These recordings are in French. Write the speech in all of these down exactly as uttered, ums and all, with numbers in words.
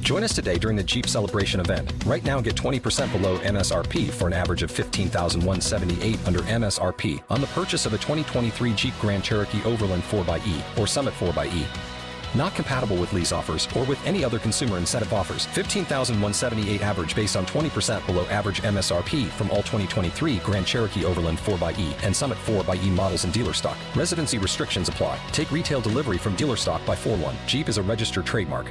Join us today during the Jeep Celebration event. Right now, get twenty percent below M S R P for an average of fifteen thousand one hundred seventy-eight dollars under M S R P on the purchase of a twenty twenty-three Jeep Grand Cherokee Overland four by E or Summit four by E. Not compatible with lease offers or with any other consumer incentive offers. fifteen thousand one hundred seventy-eight dollars average based on twenty percent below average M S R P from all twenty twenty-three Grand Cherokee Overland four by E and Summit four by E models in dealer stock. Residency restrictions apply. Take retail delivery from dealer stock by four one. Jeep is a registered trademark.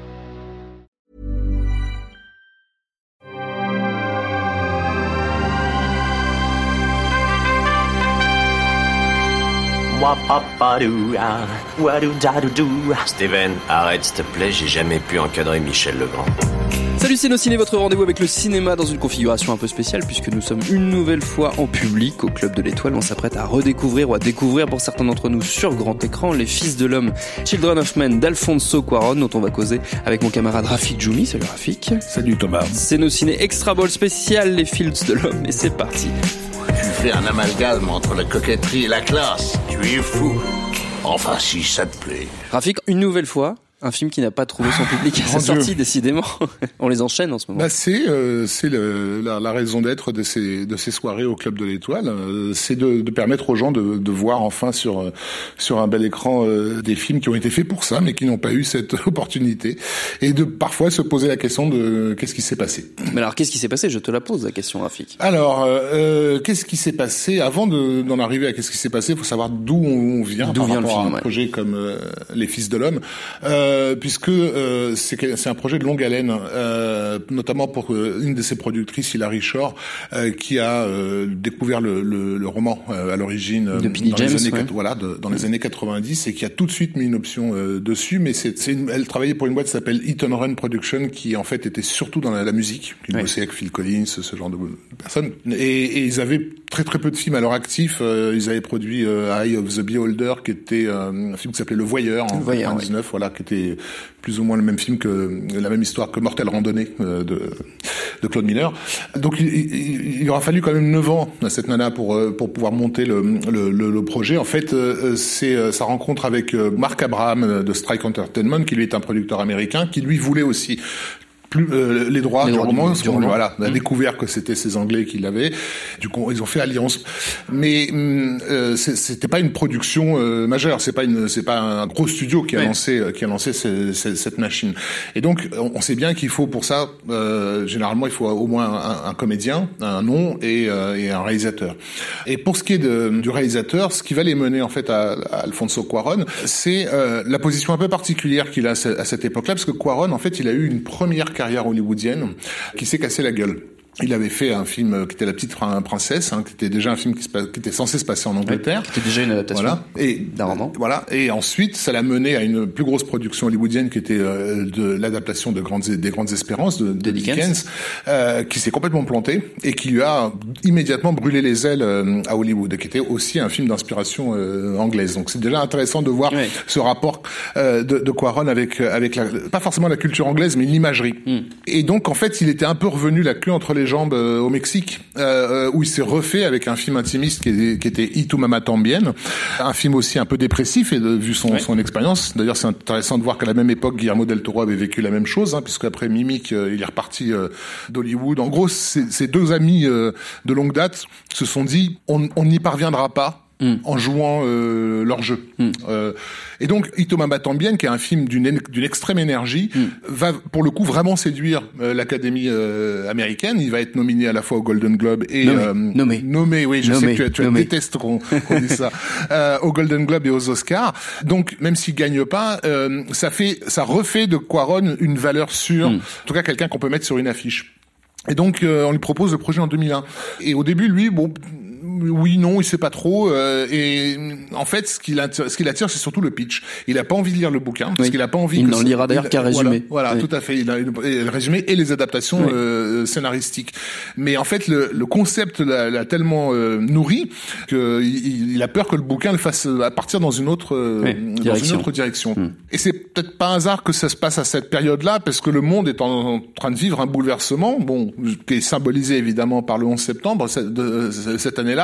Steven, arrête s'il te plaît, j'ai jamais pu encadrer Michel Legrand. Salut, c'est Nos Ciné, votre rendez-vous avec le cinéma dans une configuration un peu spéciale puisque nous sommes une nouvelle fois en public au Club de l'Étoile. On s'apprête à redécouvrir ou à découvrir pour certains d'entre nous sur grand écran Les Fils de l'Homme, Children of Men d'Alfonso Cuarón, dont on va causer avec mon camarade Rafik Djoumi. Salut Rafik. Salut Thomas. C'est Nos Ciné Extra Ball spécial Les Fils de l'Homme et c'est parti. Tu fais un amalgame entre la coquetterie et la classe. Tu es fou. Enfin, si ça te plaît. Rafik, une nouvelle fois, un film qui n'a pas trouvé son public à sa sortie, décidément. On les enchaîne en ce moment. Bah c'est euh, c'est le, la, la raison d'être de ces de ces soirées au Club de l'Étoile. Euh, c'est de, de permettre aux gens de, de voir enfin sur sur un bel écran euh, des films qui ont été faits pour ça, mais qui n'ont pas eu cette opportunité, et de parfois se poser la question de qu'est-ce qui s'est passé. Mais alors qu'est-ce qui s'est passé ? Je te la pose la question, Rafik. Alors euh, qu'est-ce qui s'est passé avant de, d'en arriver à qu'est-ce qui s'est passé ? Il faut savoir d'où on vient d'où par vient rapport le film, à un ouais. projet comme euh, Les Fils de l'Homme. Euh, puisque euh, c'est, c'est un projet de longue haleine, euh, notamment pour euh, une de ses productrices, Hilary Shore, euh, qui a euh, découvert le, le, le roman euh, à l'origine euh, de P D dans James, les années ouais. voilà, de, dans les années quatre-vingt-dix, et qui a tout de suite mis une option euh, dessus. Mais c'est, c'est une, elle travaillait pour une boîte qui s'appelle Hit and Run Production, qui en fait était surtout dans la, la musique. Ils ouais. bossaient avec Phil Collins, ce genre de, de personnes. Et, et ils avaient très très peu de films à leur actif. Euh, ils avaient produit euh, Eye of the Beholder, qui était euh, un film qui s'appelait Le Voyeur en quatre-vingt-dix-neuf, ouais. voilà, qui était plus ou moins le même film que la même histoire que Mortelle Randonnée euh, de de Claude Miller. Donc il, il, il aura fallu quand même neuf ans à cette nana pour pour pouvoir monter le le, le, le projet. En fait, euh, c'est sa rencontre avec Mark Abraham de Strike Entertainment, qui lui est un producteur américain, qui lui voulait aussi plus euh, les droits les du droits roman, du, du roman. Voilà, on a mmh. découvert que c'était ces Anglais qui l'avaient. Du coup, ils ont fait alliance. Mais euh, c'était pas une production euh, majeure. C'est pas une, c'est pas un gros studio qui a ouais. lancé, qui a lancé ces, ces, cette machine. Et donc, on sait bien qu'il faut pour ça, euh, généralement, il faut au moins un, un comédien, un nom et, euh, et un réalisateur. Et pour ce qui est de, du réalisateur, ce qui va les mener en fait à, à Alfonso Cuarón, c'est euh, la position un peu particulière qu'il a à cette époque-là, parce que Cuarón, en fait, il a eu une première carrière hollywoodienne qui s'est cassé la gueule. Il avait fait un film qui était La Petite Princesse, hein, qui était déjà un film qui, se, qui était censé se passer en Angleterre. Ouais, c'était déjà une adaptation voilà. et, d'un roman. Voilà. Et ensuite, ça l'a mené à une plus grosse production hollywoodienne qui était euh, de l'adaptation de Grandes, des Grandes Espérances de, de, de Dickens, Dickens euh, qui s'est complètement planté et qui lui a immédiatement brûlé les ailes euh, à Hollywood, qui était aussi un film d'inspiration euh, anglaise. Donc c'est déjà intéressant de voir ouais. ce rapport euh, de, de Cuarón avec avec la, pas forcément la culture anglaise, mais l'imagerie. Mm. Et donc en fait, il était un peu revenu la queue entre les jambes euh, au Mexique, euh, où il s'est refait avec un film intimiste qui, est, qui était Y tu m'amas también, un film aussi un peu dépressif et de, vu son, ouais. son expérience. D'ailleurs, c'est intéressant de voir qu'à la même époque, Guillermo del Toro avait vécu la même chose, hein, puisqu'après Mimic, euh, il est reparti euh, d'Hollywood. En gros, ces deux amis euh, de longue date se sont dit, on n'y parviendra pas. Mm. en jouant euh, leur jeu. Mm. Euh, et donc, Y tu m'amas también, qui est un film d'une, d'une extrême énergie, mm. va pour le coup vraiment séduire euh, l'Académie euh, américaine. Il va être nominé à la fois au Golden Globe et nommé, euh, nommé. nommé. Oui, je nommé. sais que tu, tu détestes qu'on, qu'on dise ça. Euh, au Golden Globe et aux Oscars. Donc, même s'il gagne pas, euh, ça fait, ça refait de Cuarón une valeur sûre. Mm. En tout cas, quelqu'un qu'on peut mettre sur une affiche. Et donc, euh, on lui propose le projet en deux mille un. Et au début, lui, bon. Oui, non, il sait pas trop. Euh, et en fait, ce qui l'attire, ce qui l'attire, c'est surtout le pitch. Il a pas envie de lire le bouquin parce oui. qu'il a pas envie. Il que n'en lira d'ailleurs qu'un résumé. Voilà, voilà oui. tout à fait. Il a le résumé et les adaptations oui. euh, scénaristiques. Mais en fait, le, le concept l'a, l'a tellement euh, nourri que il, il a peur que le bouquin le fasse partir dans une autre euh, oui. dans direction. une autre direction. Hum. Et c'est peut-être pas un hasard que ça se passe à cette période-là, parce que le monde est en, en train de vivre un bouleversement, bon, qui est symbolisé évidemment par le onze septembre de cette année-là.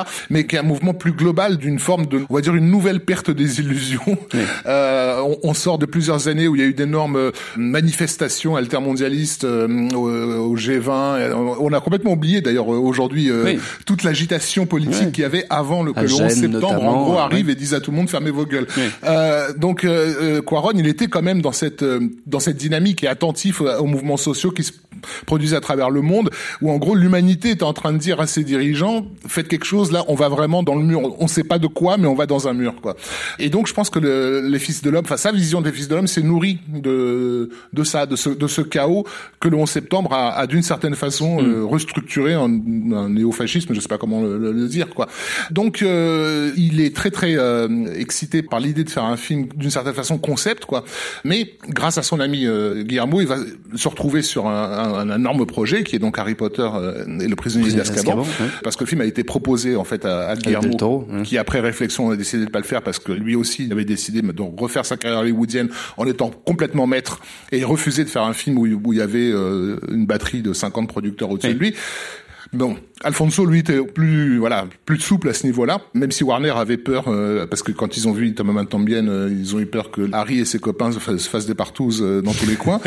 là, mais qui est un mouvement plus global d'une forme de, on va dire, une nouvelle perte des illusions. Oui. Euh, on, on sort de plusieurs années où il y a eu d'énormes manifestations altermondialistes euh, au, au G vingt. On a complètement oublié d'ailleurs aujourd'hui euh, oui. toute l'agitation politique oui. qu'il y avait avant le, que le onze septembre en gros arrive oui. et dise à tout le monde fermez vos gueules. Oui. Euh, donc euh, Cuarón, il était quand même dans cette euh, dans cette dynamique et attentif aux, aux mouvements sociaux qui se produisent à travers le monde, où en gros l'humanité est en train de dire à ses dirigeants faites quelque chose, là on va vraiment dans le mur, on sait pas de quoi mais on va dans un mur quoi. Et donc je pense que le, les Fils de l'homme, enfin sa vision des Fils de l'homme s'est nourrie de de ça, de ce de ce chaos que le onze septembre a, a d'une certaine façon mmh. euh, restructuré en un néofascisme, je sais pas comment le, le, le dire quoi. Donc euh, il est très très euh, excité par l'idée de faire un film d'une certaine façon concept quoi, mais grâce à son ami euh, Guillermo, il va se retrouver sur un, un, un énorme projet qui est donc Harry Potter euh, et le prisonnier d'Azkaban, oui. parce que le film a été proposé en fait à, à Guillermo, Toro, oui. qui après réflexion a décidé de pas le faire parce que lui aussi il avait décidé de refaire sa carrière hollywoodienne en étant complètement maître et refusé de faire un film où, où il y avait euh, une batterie de cinquante producteurs au-dessus oui. de lui. Bon, Alfonso, lui, était plus, voilà, plus souple à ce niveau-là, même si Warner avait peur, euh, parce que quand ils ont vu Thomas Tambien, euh, ils ont eu peur que Harry et ses copains se fassent des partouzes euh, dans tous les coins.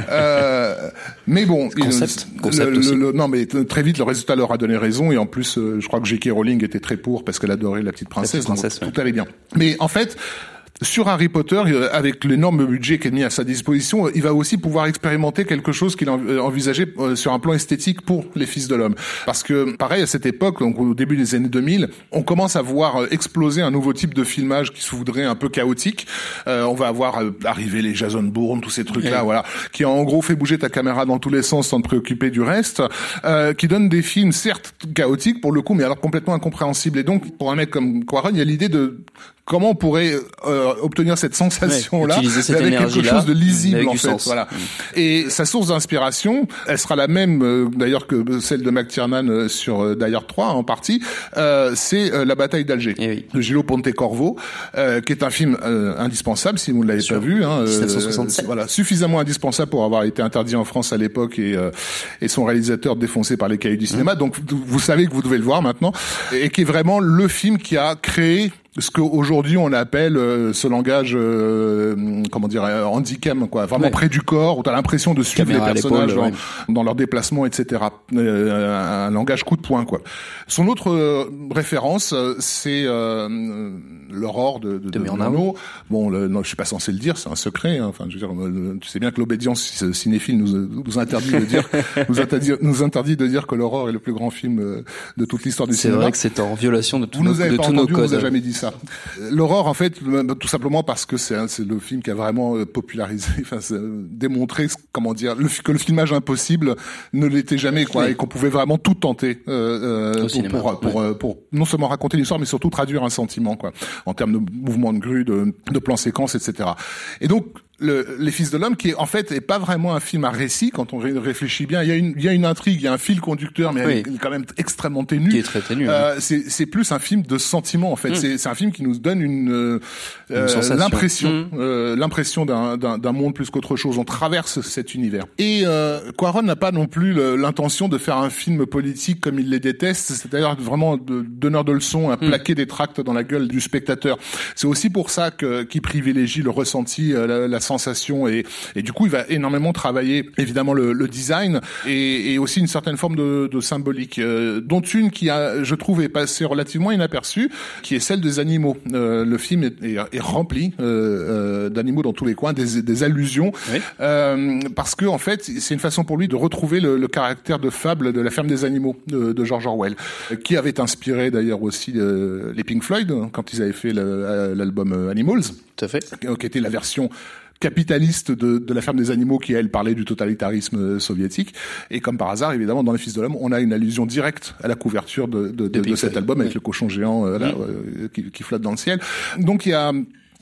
euh, mais bon, concept, il, concept le, aussi. Le, le, non, mais très vite, le résultat leur a donné raison, et en plus, euh, je crois que J K Rowling était très pour, parce qu'elle adorait la petite princesse, la petite princesse donc ouais. tout allait bien. Mais en fait, sur Harry Potter, avec l'énorme budget qui est mis à sa disposition, il va aussi pouvoir expérimenter quelque chose qu'il a envisagé sur un plan esthétique pour les Fils de l'homme. Parce que, pareil, à cette époque, donc au début des années deux mille, on commence à voir exploser un nouveau type de filmage qui se voudrait un peu chaotique. Euh, on va avoir arriver les Jason Bourne, tous ces trucs-là, ouais. voilà, qui en gros fait bouger ta caméra dans tous les sens sans te préoccuper du reste, euh, qui donne des films certes chaotiques pour le coup, mais alors complètement incompréhensibles. Et donc, pour un mec comme Cuarón, il y a l'idée de comment on pourrait euh, obtenir cette sensation-là ouais, cette avec quelque chose de lisible en fait. Sens. Voilà. Mmh. Et sa source d'inspiration, elle sera la même euh, d'ailleurs que celle de McTiernan euh, sur euh, Die Hard trois en partie. Euh, c'est euh, la bataille d'Alger oui. de Gillo Pontecorvo, euh, qui est un film euh, indispensable si vous ne l'avez Sûr. pas vu. Hein, dix-neuf cent soixante-sept. Euh, voilà, suffisamment indispensable pour avoir été interdit en France à l'époque et euh, et son réalisateur défoncé par les cahiers du cinéma. Mmh. Donc vous savez que vous devez le voir maintenant et qui est vraiment le film qui a créé ce qu'aujourd'hui on appelle euh, ce langage, euh, comment dire, handycam, quoi, vraiment ouais. près du corps, où t'as l'impression de suivre Caméra les personnages dans, ouais. dans leurs déplacements, et cetera. Euh, un langage coup de poing, quoi. Son autre euh, référence, c'est euh, l'Aurore de, de, de, de Murnau. Bon, le, non, je suis pas censé le dire, c'est un secret. Hein. Enfin, je veux dire, le, tu sais bien que l'obédience cinéphile nous, nous interdit de dire, nous interdit, nous interdit de dire que l'Aurore est le plus grand film de toute l'histoire du c'est cinéma. C'est vrai que c'est en violation de, tout vous nos, nous avez de pas tous entendu, nos codes. On vous a jamais dit ça. L'Aurore, en fait, tout simplement parce que c'est, c'est le film qui a vraiment popularisé, enfin, démontré, comment dire, le, que le filmage impossible ne l'était jamais, quoi, oui. et qu'on pouvait vraiment tout tenter euh, pour, cinéma, pour, pour, ouais. pour, pour non seulement raconter l'histoire, mais surtout traduire un sentiment, quoi, en termes de mouvements de grue, de, de plans séquences, et cetera. Et donc, Le, les Fils de l'homme, qui en fait est pas vraiment un film à récit quand on réfléchit bien. Il y a une, il y a une intrigue, il y a un fil conducteur, mais oui. elle est quand même extrêmement ténue. Qui est très ténue. Euh, oui. c'est, c'est plus un film de sentiment en fait. Mmh. C'est, c'est un film qui nous donne une, euh, une l'impression, mmh. euh, l'impression d'un, d'un, d'un monde plus qu'autre chose. On traverse cet univers. Et euh, Cuarón n'a pas non plus le, l'intention de faire un film politique comme il les déteste. C'est-à-dire vraiment de, donneur de leçons, à plaquer mmh. des tracts dans la gueule du spectateur. C'est aussi pour ça que qu'il privilégie le ressenti, la, la sensation et, et du coup il va énormément travailler évidemment le, le design et, et aussi une certaine forme de, de symbolique euh, dont une qui a je trouve est passée relativement inaperçue, qui est celle des animaux. Euh, le film est, est, est rempli euh, euh, d'animaux dans tous les coins, des, des allusions oui. euh, parce que en fait c'est une façon pour lui de retrouver le, le caractère de fable de La ferme des animaux de, de George Orwell, qui avait inspiré d'ailleurs aussi euh, les Pink Floyd quand ils avaient fait le, l'album Animals. Tout à fait. Qui était la version capitaliste de, de La ferme des animaux qui, elle, parlait du totalitarisme soviétique. Et comme par hasard, évidemment, dans Les Fils de l'homme, on a une allusion directe à la couverture de, de, de, de cet album avec oui. le cochon géant euh, là, mmh. euh, qui, qui flotte dans le ciel. Donc il y a...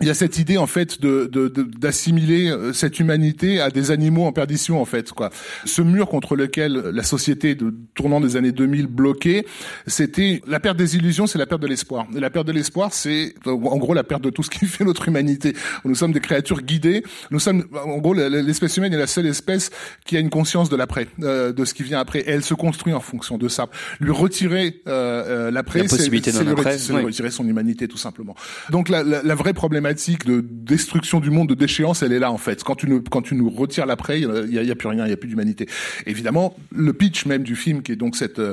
il y a cette idée en fait de, de, de d'assimiler cette humanité à des animaux en perdition en fait quoi. Ce mur contre lequel la société de tournant des années deux mille bloquait, c'était la perte des illusions, c'est la perte de l'espoir. Et la perte de l'espoir, c'est en gros la perte de tout ce qui fait notre humanité. Nous sommes des créatures guidées. Nous sommes en gros l'espèce humaine est la seule espèce qui a une conscience de l'après, euh, de ce qui vient après. Et elle se construit en fonction de ça. Lui retirer euh, euh, l'après, c'est, c'est, lui, après, c'est oui. lui retirer son humanité tout simplement. Donc la, la, la vraie problématique de destruction du monde, de déchéance, elle est là en fait. Quand tu nous quand tu nous retires l'après, il y a, y a plus rien, il y a plus d'humanité. Évidemment, le pitch même du film, qui est donc cette,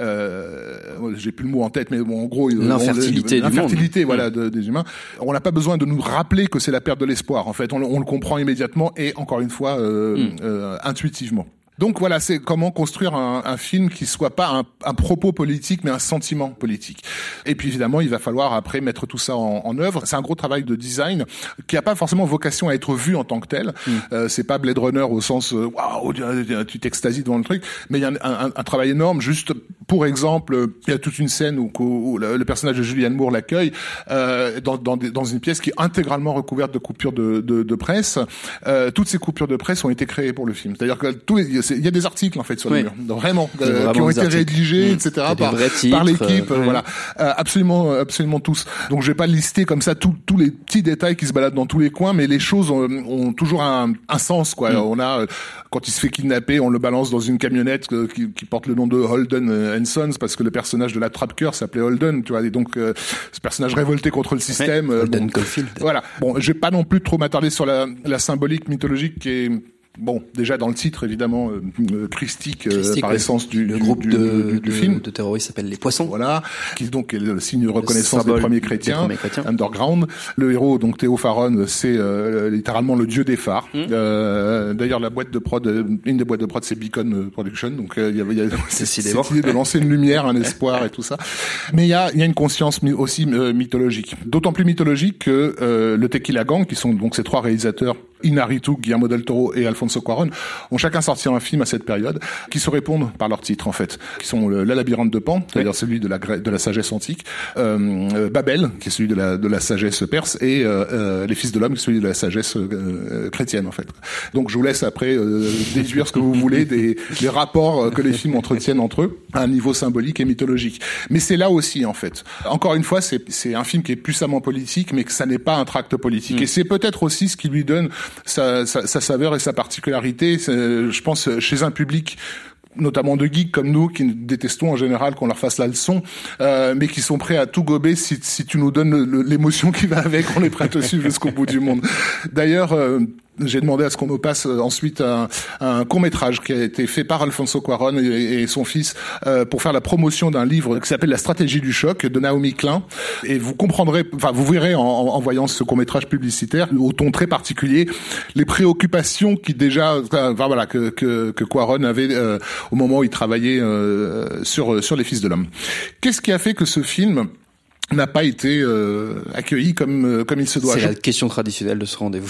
euh, j'ai plus le mot en tête, mais bon, en gros, l'infertilité, on, l'infertilité, du monde. voilà, de, des humains. On n'a pas besoin de nous rappeler que c'est la perte de l'espoir. En fait, on, on le comprend immédiatement et encore une fois euh, mm. euh, intuitivement. Donc voilà, c'est comment construire un, un film qui soit pas un, un propos politique, mais un sentiment politique. Et puis évidemment, il va falloir après mettre tout ça en, en œuvre. C'est un gros travail de design qui a pas forcément vocation à être vu en tant que tel. Mm. Euh, c'est pas Blade Runner au sens waouh, wow, tu t'extasies devant le truc, mais il y a un, un, un travail énorme. Juste pour exemple, il y a toute une scène où, où le, le personnage de Julianne Moore l'accueille euh, dans, dans, dans une pièce qui est intégralement recouverte de coupures de, de, de presse. Euh, toutes ces coupures de presse ont été créées pour le film. C'est-à-dire que tous les il y a des articles en fait sur oui. le mur, vraiment, euh, vraiment qui ont été articles. rédigés, mmh. et cetera par, titres, par l'équipe, euh, voilà, euh, absolument, absolument tous. Donc je vais pas lister comme ça tous tous les petits détails qui se baladent dans tous les coins, mais les choses ont, ont toujours un, un sens quoi. Mmh. On a quand il se fait kidnapper, on le balance dans une camionnette euh, qui, qui porte le nom de Holden and Sons parce que le personnage de la trappe-cœur s'appelait Holden, tu vois, et donc euh, ce personnage révolté contre le système. Ouais, euh, Holden bon, Caulfield. Voilà. Bon, je vais pas non plus trop m'attarder sur la, la symbolique mythologique qui est bon, déjà dans le titre, évidemment, euh, christique, euh, par essence du, le du, groupe du, de, du, du de, film. de terroristes s'appelle les Poissons. Voilà, qui donc est le signe de reconnaissance des premiers chrétiens, des premiers chrétiens, underground. Le héros, donc Théo Faron, c'est euh, littéralement le dieu des phares. Mmh. Euh, d'ailleurs, la boîte de prod, une des boîtes de prod, c'est Beacon Production, donc il euh, y avait, y a cette idée de lancer une lumière, un espoir et tout ça. Mais il y a, il y a une conscience aussi euh, mythologique. D'autant plus mythologique que euh, le Tequila Gang, qui sont donc ces trois réalisateurs, Iñárritu, Guillermo del Toro et Alfonso Cuarón, ont chacun sorti un film à cette période qui se répondent par leur titre en fait, qui sont le, La labyrinthe de Pan, c'est-à-dire oui. celui de la de la sagesse antique, euh, Babel, qui est celui de la de la sagesse perse, et euh, euh, Les Fils de l'homme, qui est celui de la sagesse euh, chrétienne en fait. Donc je vous laisse après euh, déduire ce que vous voulez des, des rapports que les films entretiennent entre eux à un niveau symbolique et mythologique. Mais c'est là aussi en fait. Encore une fois, c'est c'est un film qui est puissamment politique, mais que ça n'est pas un tract politique. Mmh. Et c'est peut-être aussi ce qui lui donne Sa, sa, sa saveur et sa particularité, je pense, chez un public notamment de geeks comme nous, qui détestons en général qu'on leur fasse la leçon, euh, mais qui sont prêts à tout gober si, si tu nous donnes le, l'émotion qui va avec, on est prêts à te suivre jusqu'au bout du monde. D'ailleurs, euh, j'ai demandé à ce qu'on me passe ensuite un, un court-métrage qui a été fait par Alfonso Cuarón et, et son fils euh, pour faire la promotion d'un livre qui s'appelle La stratégie du choc de Naomi Klein. Et vous comprendrez, enfin vous verrez en, en voyant ce court-métrage publicitaire, au ton très particulier, les préoccupations qui déjà, enfin voilà, que que, que Cuarón avait euh, au moment où il travaillait euh, sur sur Les Fils de l'homme. Qu'est-ce qui a fait que ce film n'a pas été euh, accueilli comme comme il se doit? C'est Je... la question traditionnelle de ce rendez-vous.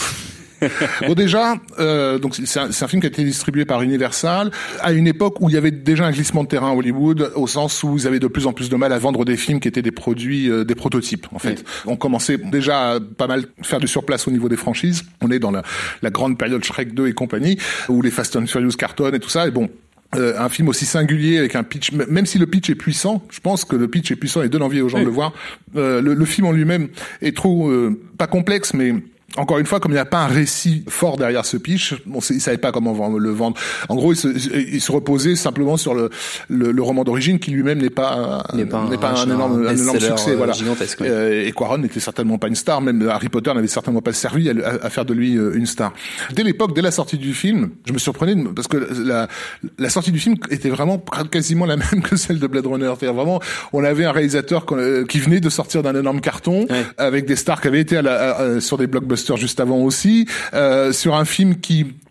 Bon déjà, euh, donc c'est un, c'est un film qui a été distribué par Universal à une époque où il y avait déjà un glissement de terrain à Hollywood, au sens où ils avaient de plus en plus de mal à vendre des films qui étaient des produits, euh, des prototypes en fait. Oui. On commençait déjà à pas mal faire du surplace au niveau des franchises. On est dans la, la grande période Shrek deux et compagnie, où les Fast and Furious cartonnent et tout ça. Et bon. Euh, un film aussi singulier avec un pitch, même si le pitch est puissant, je pense que le pitch est puissant et donne envie aux gens oui. de le voir. Euh, le, le film en lui-même est trop euh, pas complexe, mais encore une fois, comme il n'y a pas un récit fort derrière ce pitch, on ne savait pas comment le vendre. En gros, il se, il se reposait simplement sur le, le, le roman d'origine qui lui-même n'est pas, n'est pas, un, n'est pas un, un, énorme, un énorme succès. Voilà. Gigantesque. Oui. Euh, et Cuarón n'était certainement pas une star. Même Harry Potter n'avait certainement pas servi à, à faire de lui une star. Dès l'époque, dès la sortie du film, je me surprenais parce que la, la sortie du film était vraiment quasiment la même que celle de Blade Runner. C'est-à-dire vraiment, on avait un réalisateur qui venait de sortir d'un énorme carton ouais. avec des stars qui avaient été à la, à, sur des blockbusters juste avant aussi, euh, sur un film qui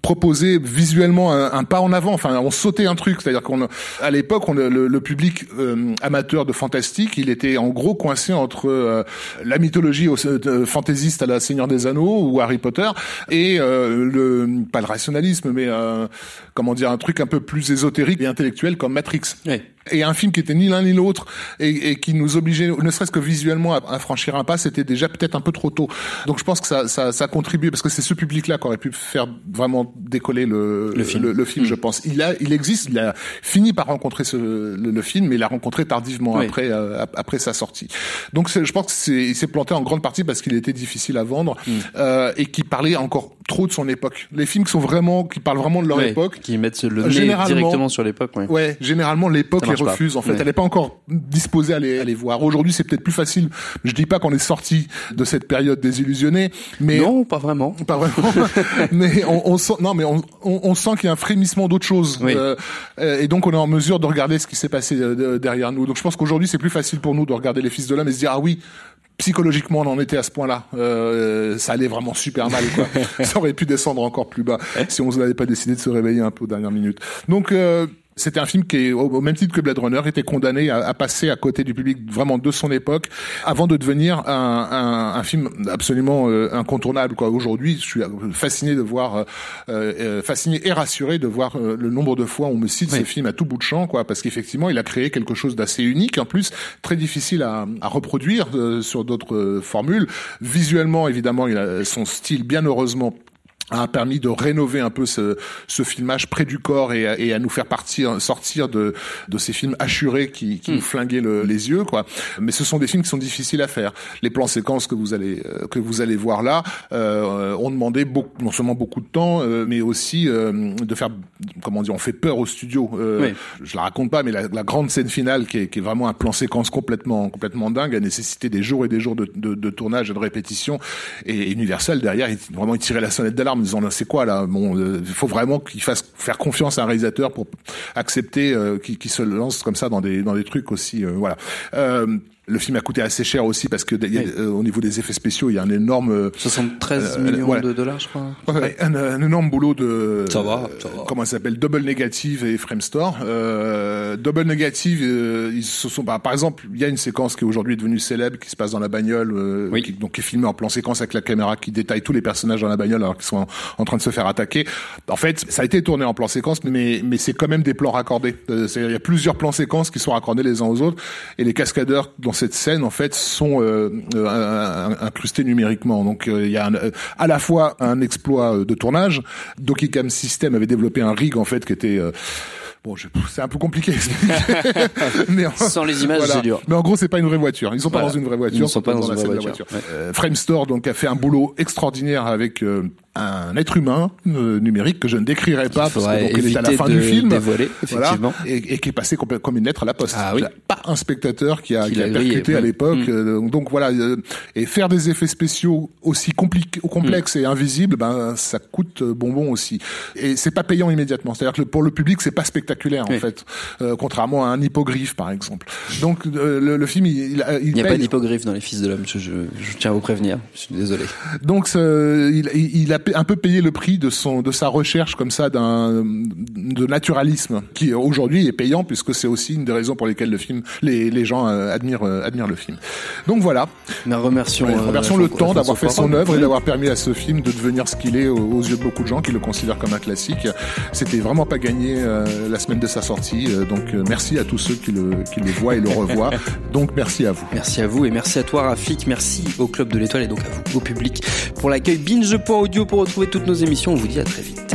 proposait visuellement un, un pas en avant. Enfin, on sautait un truc. C'est-à-dire qu'on, à l'époque, on, le, le public euh, amateur de fantastique, il était en gros coincé entre euh, la mythologie euh, fantaisiste à la Seigneur des Anneaux ou Harry Potter et euh, le pas le rationalisme, mais euh, comment dire, un truc un peu plus ésotérique et intellectuel comme Matrix. Oui. Et un film qui était ni l'un ni l'autre et, et qui nous obligeait, ne serait-ce que visuellement, à, à franchir un pas, c'était déjà peut-être un peu trop tôt. Donc je pense que ça, ça, ça contribue parce que c'est ce public-là qui aurait pu faire vraiment décoller le, le film. Le, le film, mmh. je pense. Il a, il existe, il a fini par rencontrer ce, le, le film, mais il l'a rencontré tardivement oui. après, euh, après sa sortie. Donc je pense que c'est, il s'est planté en grande partie parce qu'il était difficile à vendre mmh. euh, et qui parlait encore trop de son époque. Les films qui sont vraiment, qui parlent vraiment de leur oui, époque, qui mettent le nez directement sur l'époque. Ouais, ouais généralement l'époque les refuse. Pas. En fait, ouais. elle n'est pas encore disposée à les, à les voir. Aujourd'hui, c'est peut-être plus facile. Je dis pas qu'on est sorti de cette période désillusionnée, mais non, pas vraiment, pas vraiment. mais on, on sent, non, mais on, on, on sent qu'il y a un frémissement d'autre chose, oui. euh, et donc on est en mesure de regarder ce qui s'est passé derrière nous. Donc je pense qu'aujourd'hui, c'est plus facile pour nous de regarder Les Fils de l'Homme et se dire ah oui. Psychologiquement, on en était à ce point-là. Euh, ça allait vraiment super mal, quoi. Ça aurait pu descendre encore plus bas si on n'avait pas décidé de se réveiller un peu aux dernières minutes. Donc, euh, c'était un film qui, au même titre que Blade Runner, était condamné à, à passer à côté du public vraiment de son époque, avant de devenir un, un, un film absolument euh, incontournable, quoi. Aujourd'hui, je suis fasciné de voir, euh, euh, fasciné et rassuré de voir euh, le nombre de fois où on me cite oui. ce film à tout bout de champ, quoi, parce qu'effectivement, il a créé quelque chose d'assez unique, en plus très difficile à, à reproduire euh, sur d'autres euh, formules. Visuellement, évidemment, il a son style, bien heureusement, a permis de rénover un peu ce, ce filmage près du corps et à, et à nous faire partir, sortir de, de ces films hachurés qui, qui mmh. nous flinguaient le, les yeux, quoi. Mais ce sont des films qui sont difficiles à faire. Les plans séquences que vous allez, euh, que vous allez voir là, euh, ont demandé beaucoup, non seulement beaucoup de temps, euh, mais aussi, euh, de faire, comment dire, on fait peur au studio. Euh, oui. Je la raconte pas, mais la, la grande scène finale qui est, qui est vraiment un plan séquence complètement, complètement dingue, a nécessité des jours et des jours de, de, de tournage et de répétition. Et Universal, derrière, il, vraiment, il tirait la sonnette d'alarme en disant c'est quoi là, bon, il euh, faut vraiment qu'il fasse faire confiance à un réalisateur pour accepter euh, qu'il, qu'il se lance comme ça dans des dans des trucs aussi euh, voilà. Euh, Le film a coûté assez cher aussi parce que y a, oui. euh, au niveau des effets spéciaux, il y a un énorme soixante-treize euh, millions ouais. de dollars, je crois. Ouais, un, un énorme boulot de ça va, ça va. Comment ça s'appelle, Double Negative et Framestore. Euh, Double Negative, euh, ils se sont bah, par exemple, il y a une séquence qui est aujourd'hui devenue célèbre qui se passe dans la bagnole, euh, oui. qui, donc qui est filmée en plan séquence avec la caméra qui détaille tous les personnages dans la bagnole alors qu'ils sont en, en train de se faire attaquer. En fait, ça a été tourné en plan séquence, mais mais c'est quand même des plans raccordés. Euh, il y a plusieurs plans séquences qui sont raccordés les uns aux autres et les cascadeurs dans cette scène en fait sont euh, euh, incrustés numériquement. Donc euh, il y a un, euh, à la fois un exploit de tournage. Dokicam System avait développé un rig en fait qui était euh, bon, je, c'est un peu compliqué. mais en, sans les images, voilà. c'est dur. Mais en gros, c'est pas une vraie voiture. Ils sont voilà. pas dans une vraie voiture. Ils sont pas dans, dans une vraie voiture. voiture. Ouais. Euh, Framestore donc a fait un boulot extraordinaire avec euh, un être humain euh, numérique que je ne décrirai pas parce que donc il est à la fin de du film, dévoiler, effectivement, voilà, et, et qui est passé comme, comme une lettre à la poste. Ah, oui. Pas un spectateur qui a, qui, qui a percuté grillé, à l'époque. Mmh. Euh, donc voilà, euh, et faire des effets spéciaux aussi compliqués, complexes mmh. et invisibles, ben ça coûte bonbon aussi. Et c'est pas payant immédiatement. C'est-à-dire que pour le public, c'est pas spectaculaire oui. en fait, euh, contrairement à un hippogriffe par exemple. Donc euh, le, le film, il, il, il, il n'y a paye. pas d'hippogriffe dans Les Fils de l'Homme. Je, je, je tiens à vous prévenir. Je suis désolé. Donc euh, il, il a un peu payé le prix de son de sa recherche comme ça d'un de naturalisme qui aujourd'hui est payant puisque c'est aussi une des raisons pour lesquelles le film les les gens euh, admirent euh, admirent le film. Donc voilà. Mais remercions, ouais, remercions euh, le temps d'avoir fait son œuvre oui. et d'avoir permis à ce film de devenir ce qu'il est aux, aux yeux de beaucoup de gens qui le considèrent comme un classique. C'était vraiment pas gagné euh, la semaine de sa sortie. Euh, donc euh, merci à tous ceux qui le qui le voient et le revoient. Donc merci à vous. Merci à vous et merci à toi Rafik. Merci au Club de l'Étoile et donc à vous, au public, pour l'accueil. binge point audio pour retrouver toutes nos émissions. On vous dit à très vite.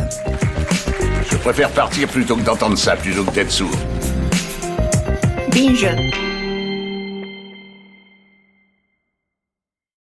Je préfère partir plutôt que d'entendre ça, plutôt que d'être sourd. Binge.